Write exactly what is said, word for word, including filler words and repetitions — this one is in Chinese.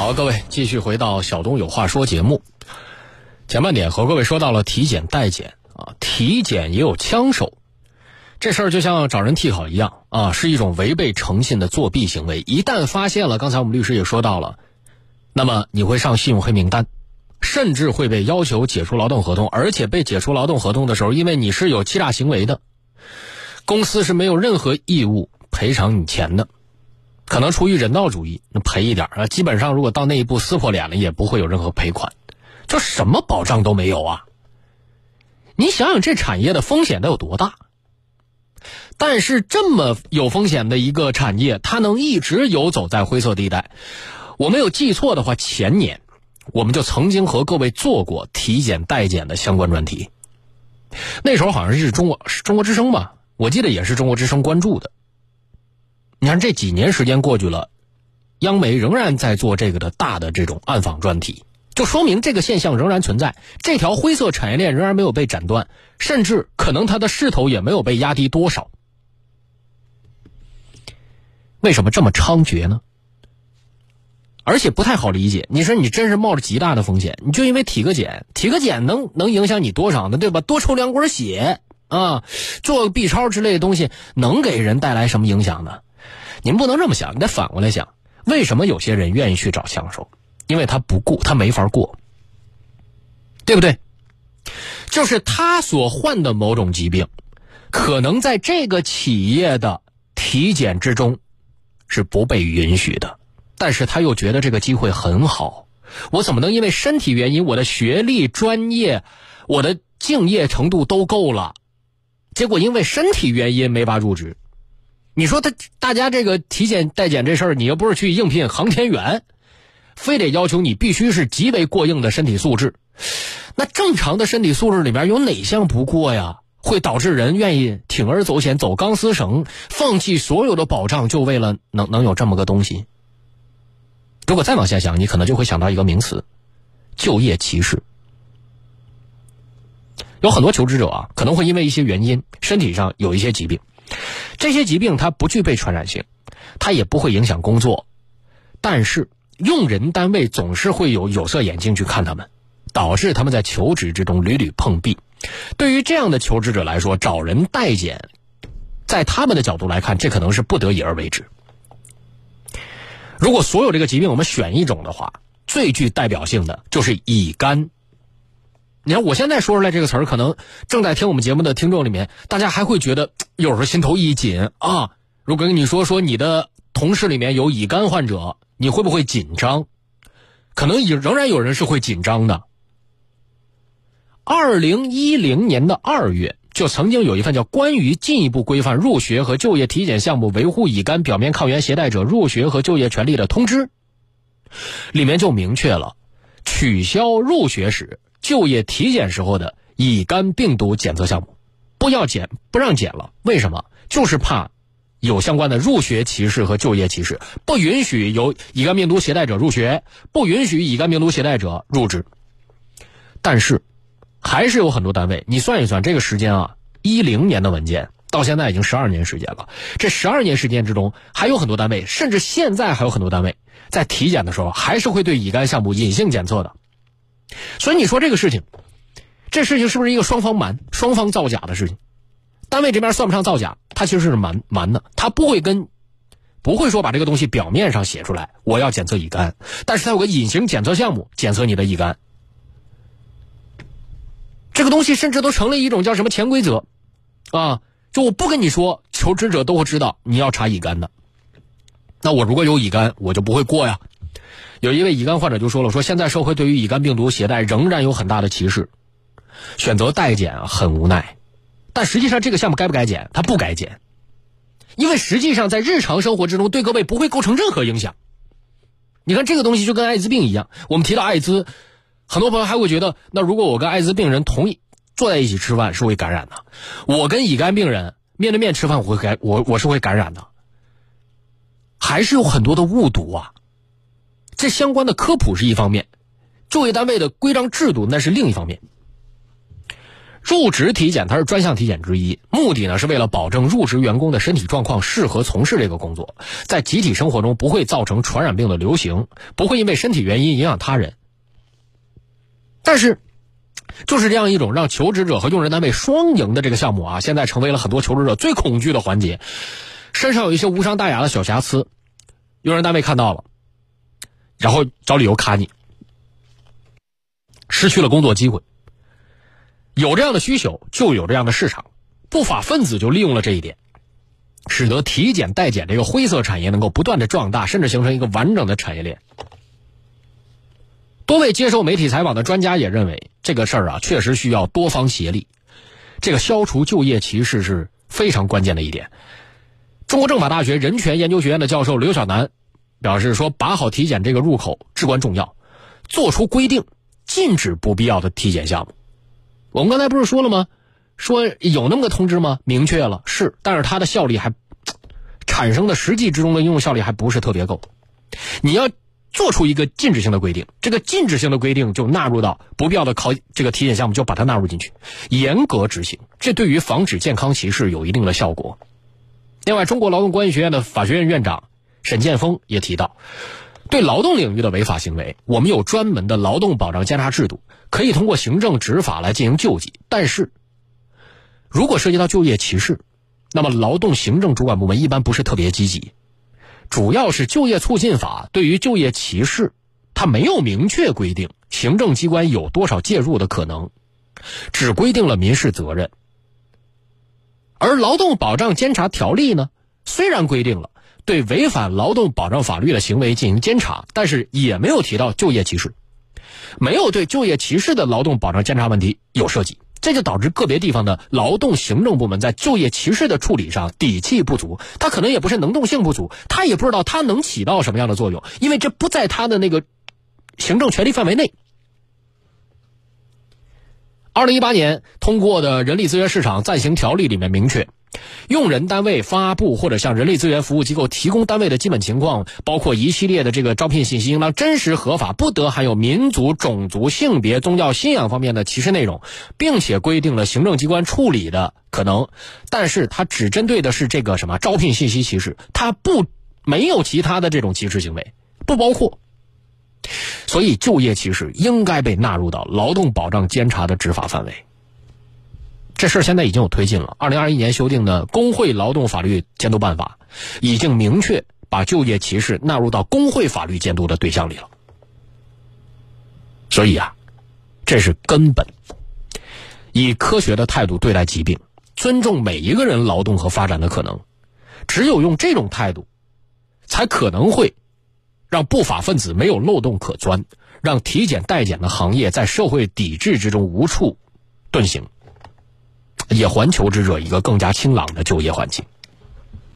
好，各位继续回到小东有话说节目。前半点和各位说到了体检代检啊，体检也有枪手，这事儿就像找人替考一样啊，是一种违背诚信的作弊行为。一旦发现了，刚才我们律师也说到了，那么你会上信用黑名单，甚至会被要求解除劳动合同，而且被解除劳动合同的时候，因为你是有欺诈行为的，公司是没有任何义务赔偿你钱的。可能出于人道主义赔一点啊，基本上如果到那一步撕破脸了也不会有任何赔款，就什么保障都没有啊！你想想这产业的风险得有多大？但是这么有风险的一个产业，它能一直游走在灰色地带。我没有记错的话，前年我们就曾经和各位做过体检代检的相关专题，那时候好像是中国中国之声吧，我记得也是中国之声关注的。你看这几年时间过去了，央媒仍然在做这个的大的这种暗访专题，就说明这个现象仍然存在，这条灰色产业链仍然没有被斩断，甚至可能它的势头也没有被压低多少。为什么这么猖獗呢？而且不太好理解，你说你真是冒着极大的风险，你就因为体个检，体个检能能影响你多少呢？对吧？多抽两管血啊，做个 B 超之类的东西，能给人带来什么影响呢？您不能这么想，你得反过来想，为什么有些人愿意去找枪手？因为他不顾，他没法过，对不对？就是他所患的某种疾病，可能在这个企业的体检之中是不被允许的，但是他又觉得这个机会很好，我怎么能因为身体原因，我的学历、专业、我的敬业程度都够了，结果因为身体原因没法入职？你说他大家这个体检代检这事儿，你又不是去应聘航天员，非得要求你必须是极为过硬的身体素质，那正常的身体素质里面有哪项不过呀？会导致人愿意铤而走险，走钢丝绳，放弃所有的保障，就为了能能有这么个东西？如果再往下想，你可能就会想到一个名词：就业歧视。有很多求职者啊，可能会因为一些原因，身体上有一些疾病，这些疾病它不具备传染性，它也不会影响工作，但是用人单位总是会有有色眼镜去看他们，导致他们在求职之中屡屡碰壁。对于这样的求职者来说，找人代检，在他们的角度来看，这可能是不得已而为之。如果所有这个疾病我们选一种的话，最具代表性的就是乙肝。你看我现在说出来这个词儿，可能正在听我们节目的听众里面，大家还会觉得有时候心头一紧啊。如果跟你说说你的同事里面有乙肝患者，你会不会紧张？可能仍然有人是会紧张的。二零一零年的二月，就曾经有一份叫《关于进一步规范入学和就业体检项目维护乙肝表面抗原携带者入学和就业权利的通知》，里面就明确了取消入学时就业体检时候的乙肝病毒检测项目，不要检，不让检了。为什么？就是怕有相关的入学歧视和就业歧视，不允许有乙肝病毒携带者入学，不允许乙肝病毒携带者入职。但是还是有很多单位，你算一算这个时间啊，一零年的文件到现在已经十二年时间了，这十二年时间之中，还有很多单位，甚至现在还有很多单位在体检的时候还是会对乙肝项目隐性检测的。所以你说这个事情，这事情是不是一个双方瞒、双方造假的事情？单位这边算不上造假，他其实是瞒瞒的，他不会跟不会说把这个东西表面上写出来，我要检测乙肝，但是他有个隐形检测项目检测你的乙肝。这个东西甚至都成了一种叫什么潜规则啊，就我不跟你说，求职者都会知道你要查乙肝的。那我如果有乙肝，我就不会过呀。有一位乙肝患者就说了，说现在社会对于乙肝病毒携带仍然有很大的歧视，选择代检啊很无奈。但实际上这个项目该不该检？它不该检，因为实际上在日常生活之中对各位不会构成任何影响。你看这个东西就跟艾滋病一样，我们提到艾滋，很多朋友还会觉得，那如果我跟艾滋病人同一坐在一起吃饭是会感染的，我跟乙肝病人面对面吃饭我会感我我是会感染的，还是有很多的误读啊。这相关的科普是一方面，就业单位的规章制度那是另一方面。 入职体检它是专项体检之一，目的呢是为了保证入职员工的身体状况适合从事这个工作，在集体生活中不会造成传染病的流行，不会因为身体原因影响他人。但是就是这样一种让求职者和用人单位双赢的这个项目啊，现在成为了很多求职者最恐惧的环节。身上有一些无伤大雅的小瑕疵，用人单位看到了，然后找理由卡你，失去了工作机会。有这样的需求，就有这样的市场，不法分子就利用了这一点，使得体检代检这个灰色产业能够不断的壮大，甚至形成一个完整的产业链。多位接受媒体采访的专家也认为，这个事儿啊，确实需要多方协力。这个消除就业歧视是非常关键的一点。中国政法大学人权研究学院的教授刘晓楠表示说，把好体检这个入口至关重要，做出规定，禁止不必要的体检项目。我们刚才不是说了吗？说有那么个通知吗？明确了，是，但是它的效力还产生的实际之中的应用效力还不是特别够。你要做出一个禁止性的规定，这个禁止性的规定就纳入到不必要的考这个体检项目，就把它纳入进去，严格执行，这对于防止健康歧视有一定的效果。另外，中国劳动关系学院的法学院院长沈建峰也提到，对劳动领域的违法行为，我们有专门的劳动保障监察制度，可以通过行政执法来进行救济。但是如果涉及到就业歧视，那么劳动行政主管部门一般不是特别积极，主要是就业促进法对于就业歧视它没有明确规定行政机关有多少介入的可能，只规定了民事责任。而劳动保障监察条例呢，虽然规定了对违反劳动保障法律的行为进行监察，但是也没有提到就业歧视，没有对就业歧视的劳动保障监察问题有涉及，这就导致个别地方的劳动行政部门在就业歧视的处理上底气不足，他可能也不是能动性不足，他也不知道他能起到什么样的作用，因为这不在他的那个行政权力范围内。二零一八年通过的人力资源市场暂行条例里面明确，用人单位发布或者向人力资源服务机构提供单位的基本情况，包括一系列的这个招聘信息应当真实合法，不得含有民族、种族、性别、宗教、信仰方面的歧视内容，并且规定了行政机关处理的可能，但是它只针对的是这个什么招聘信息歧视，它不没有其他的这种歧视行为，不包括。所以就业歧视应该被纳入到劳动保障监察的执法范围。这事儿现在已经有推进了，二零二一年修订的工会劳动法律监督办法已经明确把就业歧视纳入到工会法律监督的对象里了。所以啊，这是根本。以科学的态度对待疾病，尊重每一个人劳动和发展的可能，只有用这种态度，才可能会让不法分子没有漏洞可钻，让体检代检的行业在社会抵制之中无处遁形，也还求职者一个更加清朗的就业环境。